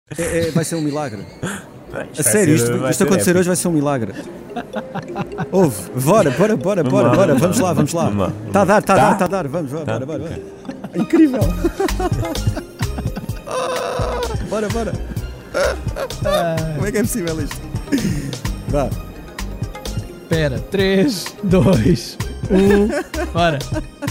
Vai ser um milagre. Isto A sério, isto acontecer hoje vai ser um milagre. Bora. Vamos lá. Está a dar. Vamos, bora. Incrível. Bora. Como é que é possível isto? Vá. Espera, 3, 2, 1, bora.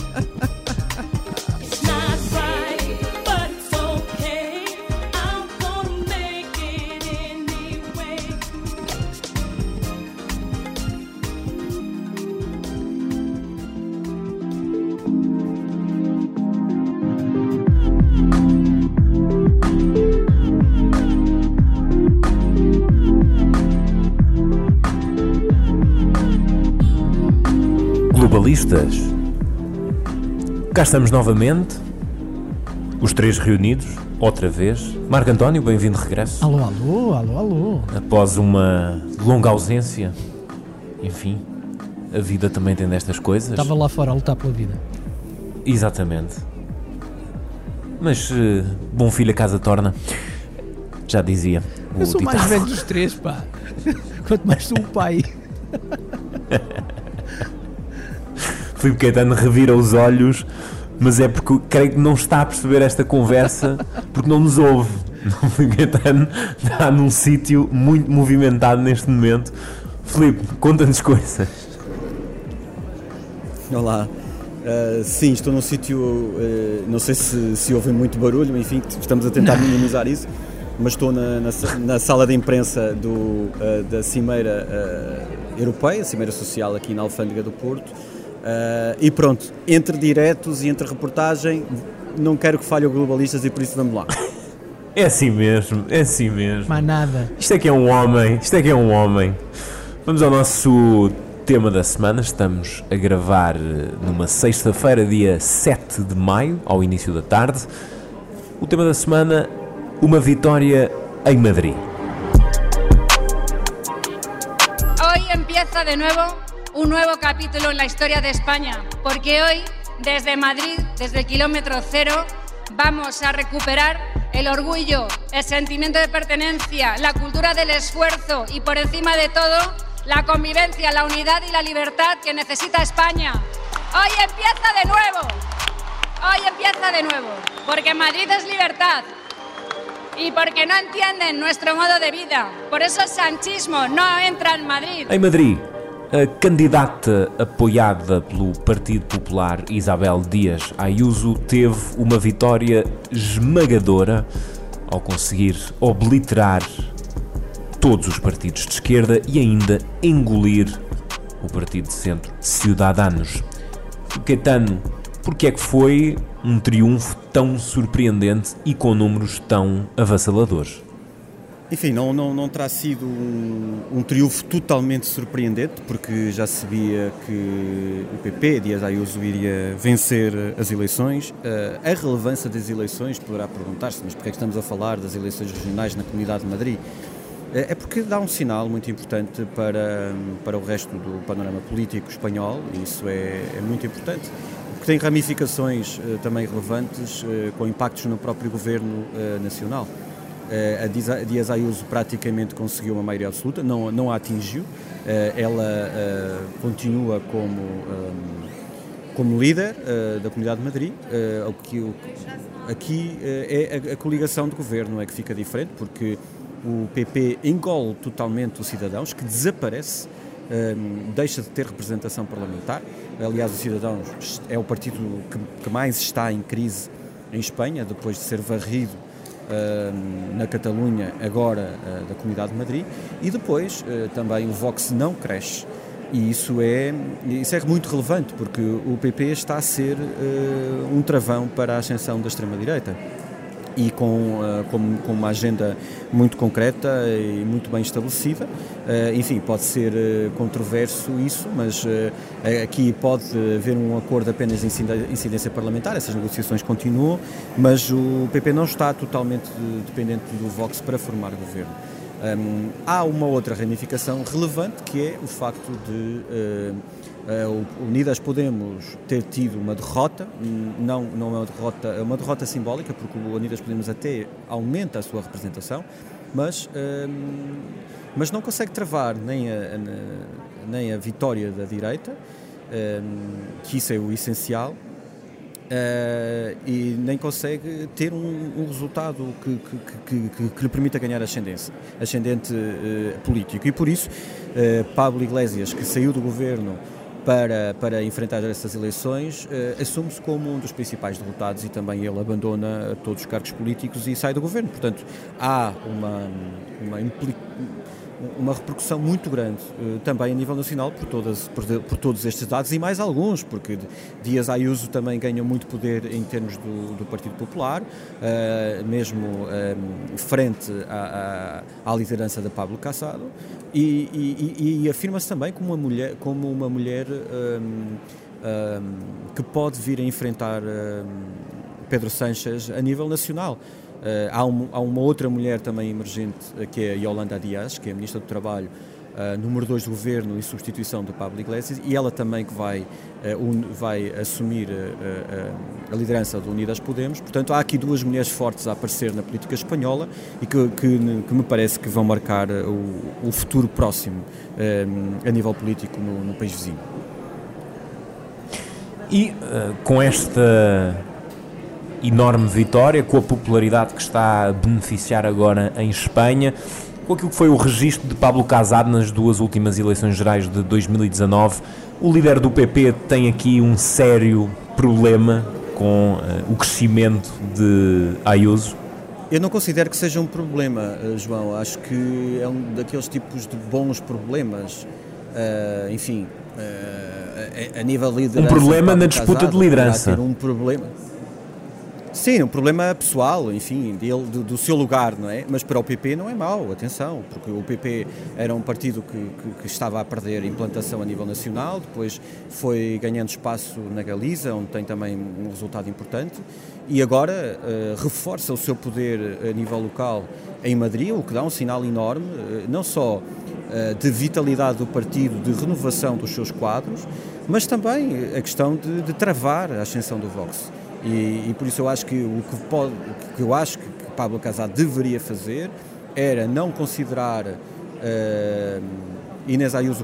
Globalistas, cá estamos novamente, os três reunidos, outra vez. Marco António, bem-vindo de regresso. Alô. Após uma longa ausência, enfim, a vida também tem destas coisas. Estava lá fora a lutar pela vida. Exatamente. Mas bom filho a casa torna, já dizia o Eu sou ditado. mais velho dos três, pá. Quanto mais sou o pai. Filipe Caetano revira os olhos, mas é porque creio que não está a perceber esta conversa, porque não nos ouve. O Filipe Caetano está num sítio muito movimentado neste momento. Filipe, conta-nos coisas. Olá. Sim, estou num sítio, não sei se ouvem muito barulho, enfim, estamos a tentar minimizar isso, mas estou na sala de imprensa da Cimeira Europeia, a Cimeira Social aqui na Alfândega do Porto. E pronto, entre diretos e entre reportagem, não quero que falhe o Globalistas e por isso vamos lá. É assim mesmo. Mais nada. Isto é que é um homem. Vamos ao nosso tema da semana. Estamos a gravar numa sexta-feira, dia 7 de maio, ao início da tarde. O tema da semana, uma vitória em Madrid. Hoy empieza de nuevo un nuevo capítulo en la historia de España, porque hoy, desde Madrid, desde el kilómetro cero, vamos a recuperar el orgullo, el sentimiento de pertenencia, la cultura del esfuerzo y, por encima de todo, la convivencia, la unidad y la libertad que necesita España. Hoy empieza de nuevo, porque Madrid es libertad y porque no entienden nuestro modo de vida. Por eso el sanchismo no entra en Madrid. Em Madrid, a candidata apoiada pelo Partido Popular, Isabel Díaz Ayuso, teve uma vitória esmagadora ao conseguir obliterar todos os partidos de esquerda e ainda engolir o partido de centro, Ciudadanos. Caetano, porque é que foi um triunfo tão surpreendente e com números tão avassaladores? Enfim, não terá sido um triunfo totalmente surpreendente, porque já se sabia que o PP, Díaz Ayuso, iria vencer as eleições. A relevância das eleições, poderá perguntar-se, mas porque é que estamos a falar das eleições regionais na Comunidade de Madrid? É porque dá um sinal muito importante para o resto do panorama político espanhol, e isso é muito importante, porque tem ramificações também relevantes, com impactos no próprio governo nacional. A Díaz Ayuso praticamente conseguiu uma maioria absoluta, não a atingiu. Ela continua como líder da Comunidade de Madrid. Aqui é a coligação de governo é que fica diferente, porque o PP engole totalmente os Cidadãos, que desaparece, deixa de ter representação parlamentar. Aliás, os Cidadãos é o partido que mais está em crise em Espanha, depois de ser varrido na Catalunha, agora da Comunidade de Madrid, e depois também o Vox não cresce, e isso é muito relevante, porque o PP está a ser um travão para a ascensão da extrema-direita, e com uma agenda muito concreta e muito bem estabelecida. Enfim, pode ser controverso isso, mas aqui pode haver um acordo apenas de incidência parlamentar, essas negociações continuam, mas o PP não está totalmente dependente do Vox para formar o governo. Há uma outra ramificação relevante, que é o facto de o Unidas Podemos ter tido uma derrota, não é uma derrota simbólica, porque o Unidas Podemos até aumenta a sua representação, mas não consegue travar nem a vitória da direita, que isso é o essencial, e nem consegue ter um resultado que lhe permita ganhar ascendente político. E por isso, Pablo Iglesias, que saiu do governo para enfrentar estas eleições, assume-se como um dos principais derrotados, e também ele abandona todos os cargos políticos e sai do governo. Portanto, há uma repercussão muito grande também a nível nacional por todos estes dados e mais alguns, porque Díaz Ayuso também ganha muito poder em termos do Partido Popular, mesmo frente à liderança da Pablo Casado, e afirma-se também como uma mulher que pode vir a enfrentar Pedro Sánchez a nível nacional. Há uma outra mulher também emergente, que é a Yolanda Díaz, que é a Ministra do Trabalho, número 2 do Governo, em substituição do Pablo Iglesias, e ela também que vai assumir a liderança do Unidas Podemos. Portanto, há aqui duas mulheres fortes a aparecer na política espanhola e que me parece que vão marcar o futuro próximo a nível político no país vizinho. E com esta enorme vitória, com a popularidade que está a beneficiar agora em Espanha, com aquilo que foi o registro de Pablo Casado nas duas últimas eleições gerais de 2019, o líder do PP tem aqui um sério problema com o crescimento de Ayuso? Eu não considero que seja um problema, João. Acho que é um daqueles tipos de bons problemas, a nível de liderança. Um problema na disputa de liderança. Um problema. Sim, um problema pessoal, enfim, do seu lugar, não é? Mas para o PP não é mau, atenção, porque o PP era um partido que estava a perder implantação a nível nacional, depois foi ganhando espaço na Galiza, onde tem também um resultado importante, e agora reforça o seu poder a nível local em Madrid, o que dá um sinal enorme, não só de vitalidade do partido, de renovação dos seus quadros, mas também a questão de travar a ascensão do Vox. E por isso eu acho que que Pablo Casado deveria fazer era não considerar Inés Ayuso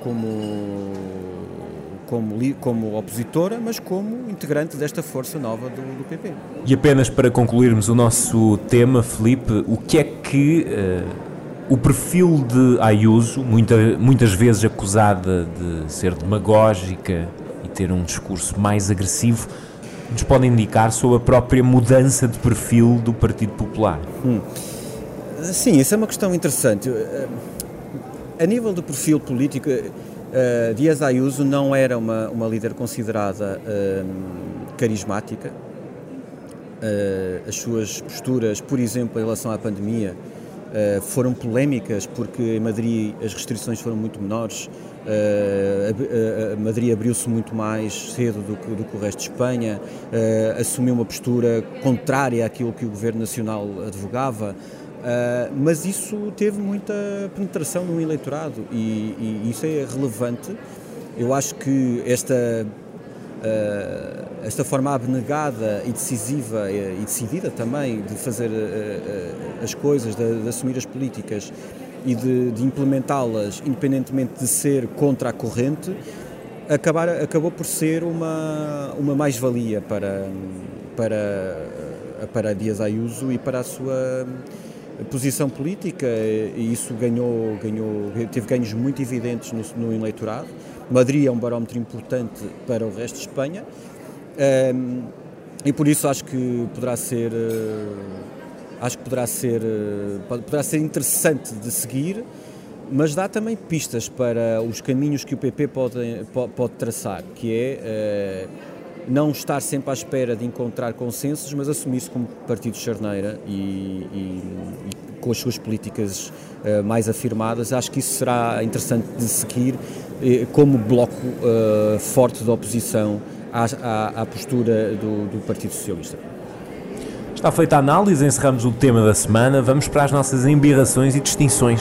como opositora, mas como integrante desta força nova do PP. E apenas para concluirmos o nosso tema, Filipe, o que é que o perfil de Ayuso, muitas vezes acusada de ser demagógica e ter um discurso mais agressivo, nos pode indicar sobre a própria mudança de perfil do Partido Popular? Sim, isso é uma questão interessante. A nível do perfil político, Díaz Ayuso não era uma líder considerada carismática. As suas posturas, por exemplo, em relação à pandemia, foram polémicas porque em Madrid as restrições foram muito menores. Madrid abriu-se muito mais cedo do que o resto de Espanha, assumiu uma postura contrária àquilo que o Governo Nacional advogava, mas isso teve muita penetração no eleitorado e isso é relevante. Eu acho que esta forma abnegada e decisiva e decidida também de fazer as coisas, de assumir as políticas e de implementá-las independentemente de ser contra a corrente, acabou por ser uma mais-valia para Díaz Ayuso e para a sua posição política, e isso teve ganhos muito evidentes no eleitorado. Madrid é um barómetro importante para o resto de Espanha, e por isso acho que poderá ser interessante de seguir, mas dá também pistas para os caminhos que o PP pode traçar, que é não estar sempre à espera de encontrar consensos, mas assumir-se como partido de charneira e com as suas políticas mais afirmadas. Acho que isso será interessante de seguir como bloco forte de oposição à postura do Partido Socialista. Está feita a análise, encerramos o tema da semana, vamos para as nossas embirrações e distinções.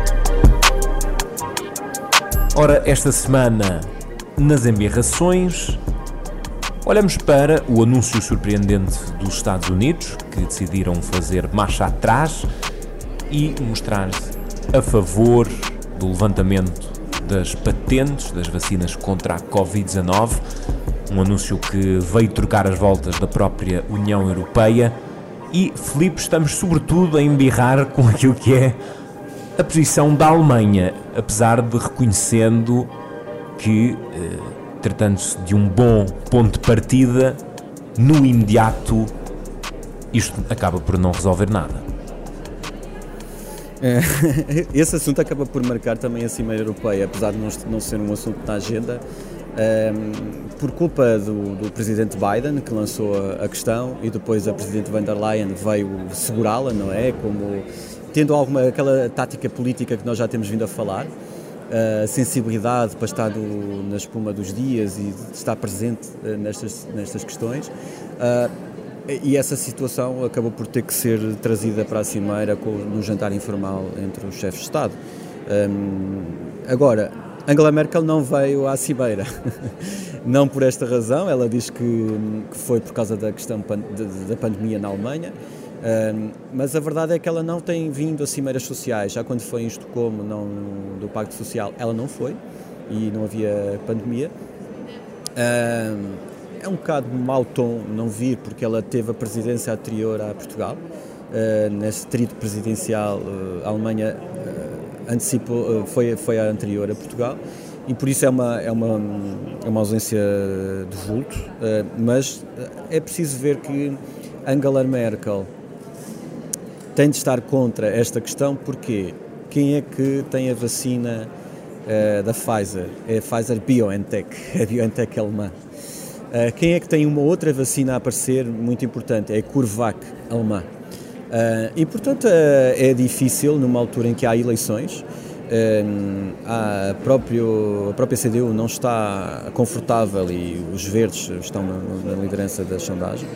Ora, esta semana, nas embirrações, olhamos para o anúncio surpreendente dos Estados Unidos, que decidiram fazer marcha atrás e mostrar-se a favor do levantamento das patentes das vacinas contra a Covid-19, um anúncio que veio trocar as voltas da própria União Europeia. E, Filipe, estamos sobretudo a embirrar com aquilo que é a posição da Alemanha, apesar de reconhecendo que, tratando-se de um bom ponto de partida, no imediato isto acaba por não resolver nada. Esse assunto acaba por marcar também a Cimeira Europeia, apesar de não ser um assunto na agenda, por culpa do presidente Biden, que lançou a questão, e depois a presidente von der Leyen veio segurá-la, não é? Como tendo aquela tática política que nós já temos vindo a falar, a sensibilidade para estar na espuma dos dias e estar presente nestas questões. E essa situação acabou por ter que ser trazida para a Cimeira num jantar informal entre os chefes de Estado. Agora, Angela Merkel não veio à Cimeira, não por esta razão. Ela diz que foi por causa da questão da pandemia na Alemanha, mas a verdade é que ela não tem vindo a cimeiras sociais. Já quando foi em Estocolmo, do Pacto Social, ela não foi e não havia pandemia. É um bocado mau tom não vir, porque ela teve a presidência anterior a Portugal. Nesse tríduo presidencial, a Alemanha antecipou, foi a anterior a Portugal, e por isso é uma ausência de vulto, mas é preciso ver que Angela Merkel tem de estar contra esta questão, porque quem é que tem a vacina da Pfizer? É a Pfizer-BioNTech, a BioNTech alemã. Quem é que tem uma outra vacina a aparecer muito importante? É a CureVac alemã. E, portanto, é difícil, numa altura em que há eleições, a própria CDU não está confortável e os verdes estão na liderança da sondagem.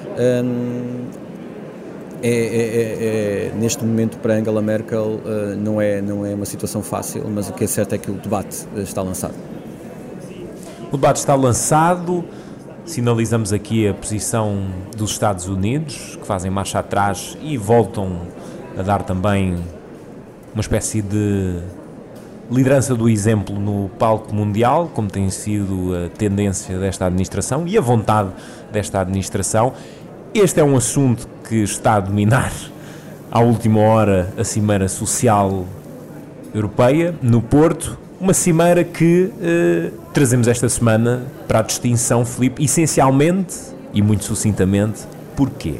Neste momento, para Angela Merkel, não é uma situação fácil, mas o que é certo é que o debate está lançado. O debate está lançado. Sinalizamos aqui a posição dos Estados Unidos, que fazem marcha atrás e voltam a dar também uma espécie de liderança do exemplo no palco mundial, como tem sido a tendência desta administração e a vontade desta administração. Este é um assunto que está a dominar à última hora a Cimeira Social Europeia, no Porto. Uma cimeira que trazemos esta semana para a distinção, Filipe, essencialmente e muito sucintamente, porquê?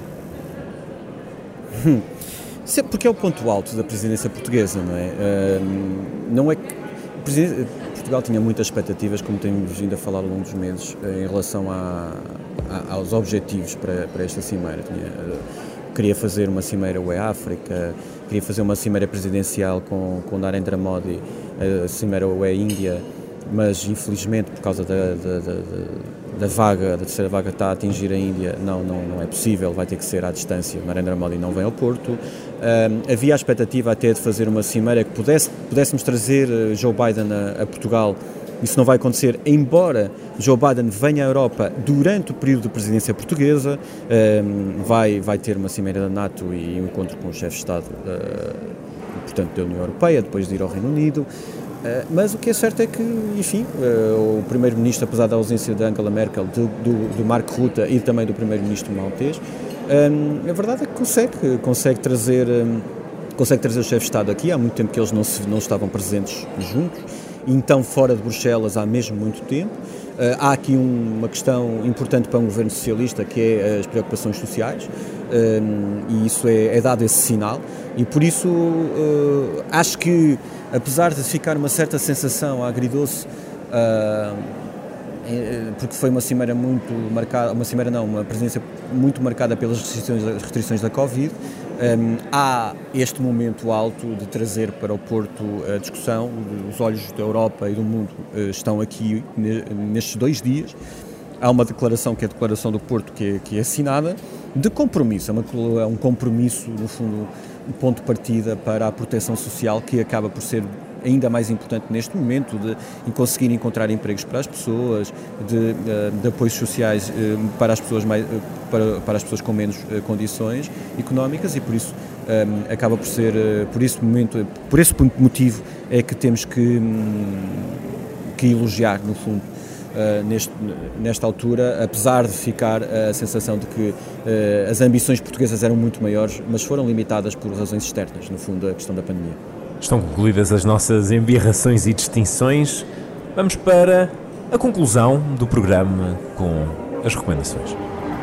Porque é o ponto alto da presidência portuguesa, não é? Não é que Portugal tinha muitas expectativas, como temos vindo a falar ao longo dos meses, em relação aos objetivos para esta cimeira. Queria fazer uma cimeira UE-África, queria fazer uma cimeira presidencial com Narendra Modi, a cimeira UE-Índia, mas infelizmente por causa da terceira vaga está a atingir a Índia, não é possível, vai ter que ser à distância. Narendra Modi não vem ao Porto. Havia a expectativa até de fazer uma cimeira que pudéssemos trazer Joe Biden a Portugal. Isso não vai acontecer, embora Joe Biden venha à Europa durante o período de presidência portuguesa. Vai ter uma cimeira da NATO e um encontro com o chefe de Estado, portanto, da União Europeia, depois de ir ao Reino Unido. Mas o que é certo é que, enfim, o primeiro-ministro, apesar da ausência de Angela Merkel, do Mark Rutte e também do primeiro-ministro maltês, a verdade é que consegue trazer o chefe de Estado aqui. Há muito tempo que eles não estavam presentes juntos. Então, fora de Bruxelas há mesmo muito tempo. Há aqui uma questão importante para um governo socialista, que é as preocupações sociais, e isso é dado esse sinal, e por isso acho que, apesar de ficar uma certa sensação agridoce, porque foi uma cimeira muito marcada, uma presidência muito marcada pelas restrições da Covid, há este momento alto de trazer para o Porto a discussão. Os olhos da Europa e do mundo estão aqui nestes 2 dias. há uma declaração, que é a Declaração do Porto, que é assinada, de compromisso. É um compromisso, no fundo, um ponto de partida para a proteção social, que acaba por ser ainda mais importante neste momento, de conseguir encontrar empregos para as pessoas, de apoios sociais para as pessoas, para as pessoas com menos condições económicas, e por isso acaba por ser, por esse motivo é que temos que elogiar, no fundo, nesta altura, apesar de ficar a sensação de que as ambições portuguesas eram muito maiores, mas foram limitadas por razões externas, no fundo, a questão da pandemia. Estão concluídas as nossas embirrações e distinções. Vamos para a conclusão do programa com as recomendações.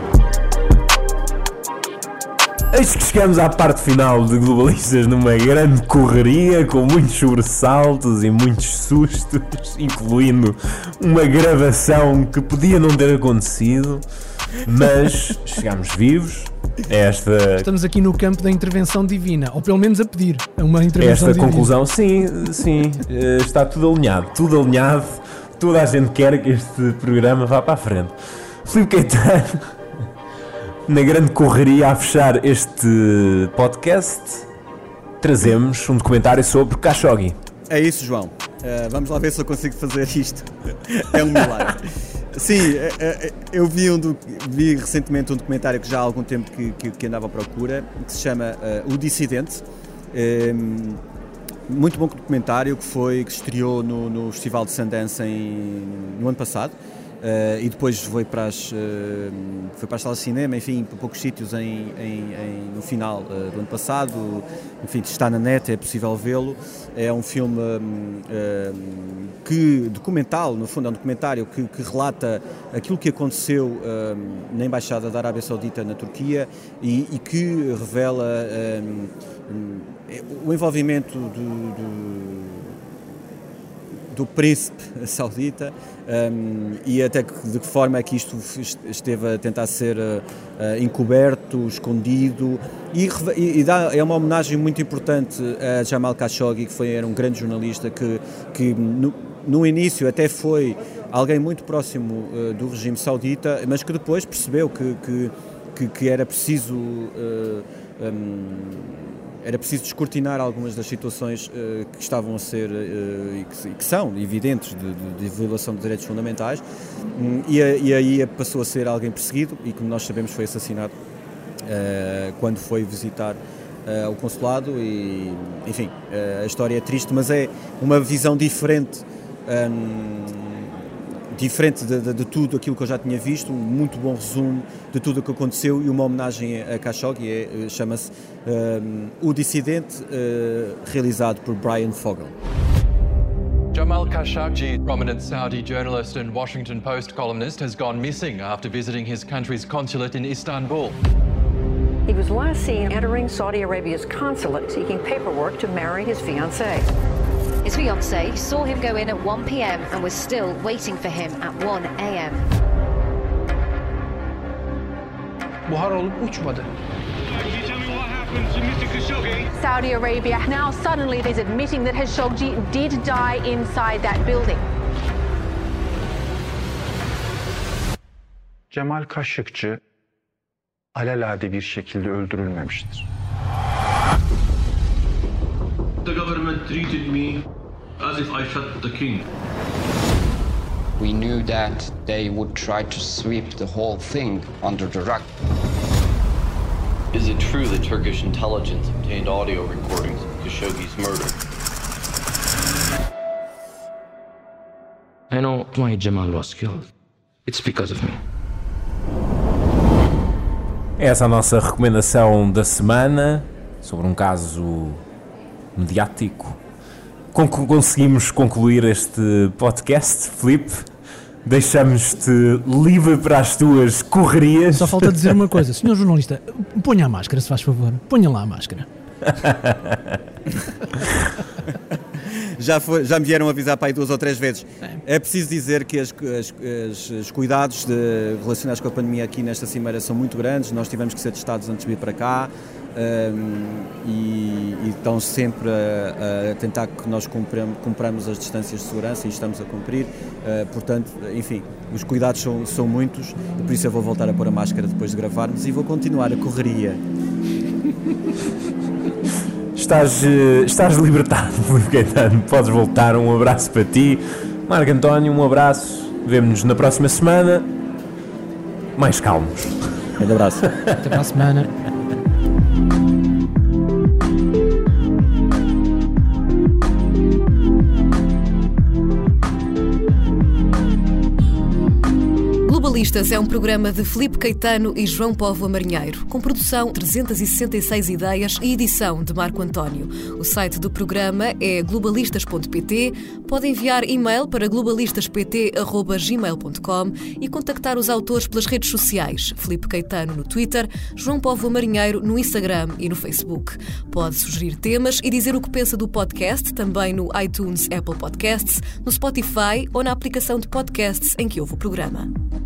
Eis que chegamos à parte final de Globalistas numa grande correria, com muitos sobressaltos e muitos sustos, incluindo uma gravação que podia não ter acontecido, mas chegámos vivos. Estamos aqui no campo da intervenção divina, ou pelo menos a pedir uma intervenção divina. Conclusão, sim, está tudo alinhado, toda a gente quer que este programa vá para a frente. Filipe Caetano, na grande correria a fechar este podcast, trazemos um documentário sobre Khashoggi. É isso, João. Vamos lá ver se eu consigo fazer isto. É um milagre. Sim, eu vi recentemente um documentário que já há algum tempo que andava à procura, que se chama O Dissidente. Muito bom documentário que se estreou no Festival de Sundance no ano passado. E depois foi para as salas de cinema, enfim, para poucos sítios no final do ano passado. Enfim, está na net, é possível vê-lo. É um filme documental, no fundo é um documentário que relata aquilo que aconteceu na Embaixada da Arábia Saudita na Turquia e que revela o envolvimento do príncipe saudita e até de que forma é que isto esteve a tentar ser encoberto, escondido, é uma homenagem muito importante a Jamal Khashoggi, que era um grande jornalista que no início até foi alguém muito próximo do regime saudita, mas que depois percebeu que era preciso descortinar algumas das situações que estavam a ser e que são evidentes de violação de direitos fundamentais, e aí passou a ser alguém perseguido e, como nós sabemos, foi assassinado quando foi visitar o consulado. E, enfim, a história é triste, mas é uma visão diferente de tudo aquilo que eu já tinha visto, um muito bom resumo de tudo o que aconteceu e uma homenagem a Khashoggi. Chama-se O Dissidente, realizado por Brian Fogel. Jamal Khashoggi, prominent Saudi journalist and Washington Post columnist, has gone missing after visiting his country's consulate in Istanbul. He was last seen entering Saudi Arabia's consulate seeking paperwork to marry his fiancée. His fiancée saw him go in at 1 p.m. and was still waiting for him at 1 a.m. Buhar olup uçmadı. Saudi Arabia now suddenly is admitting that Khashoggi did die inside that building. Cemal Kaşıkçı alelade bir şekilde öldürülmemiştir. The government treated me as if I shot the king. We knew that they would try to sweep the whole thing under the rug. Is it true that Turkish intelligence obtained audio recordings of Khashoggi's murder? I know why Jamal was killed. It's because of me. Essa é a nossa recomendação da semana sobre um caso mediático. Conseguimos concluir este podcast, Filipe. Deixamos-te livre para as tuas correrias. Só falta dizer uma coisa, senhor jornalista, ponha a máscara, se faz favor. Ponha lá a máscara. Já me vieram avisar para aí 2 ou 3 vezes. É preciso dizer que os cuidados relacionados com a pandemia aqui nesta cimeira são muito grandes. Nós tivemos que ser testados antes de vir para cá. E estão sempre a tentar que nós cumpramos as distâncias de segurança e estamos a cumprir, portanto, enfim, os cuidados são muitos e por isso eu vou voltar a pôr a máscara depois de gravarmos e vou continuar a correria. Estás libertado, Filipe Caetano, podes voltar. Um abraço para ti. Marco António, um abraço, vemo-nos na próxima semana, mais calmos. Um abraço. Até para a semana. Globalistas é um programa de Filipe Caetano e João Póvoa Marinheiro, com produção 366 ideias e edição de Marco António. O site do programa é globalistas.pt. Pode enviar e-mail para globalistaspt@gmail.com e contactar os autores pelas redes sociais. Filipe Caetano no Twitter, João Póvoa Marinheiro no Instagram e no Facebook. Pode sugerir temas e dizer o que pensa do podcast, também no iTunes, Apple Podcasts, no Spotify ou na aplicação de podcasts em que ouve o programa.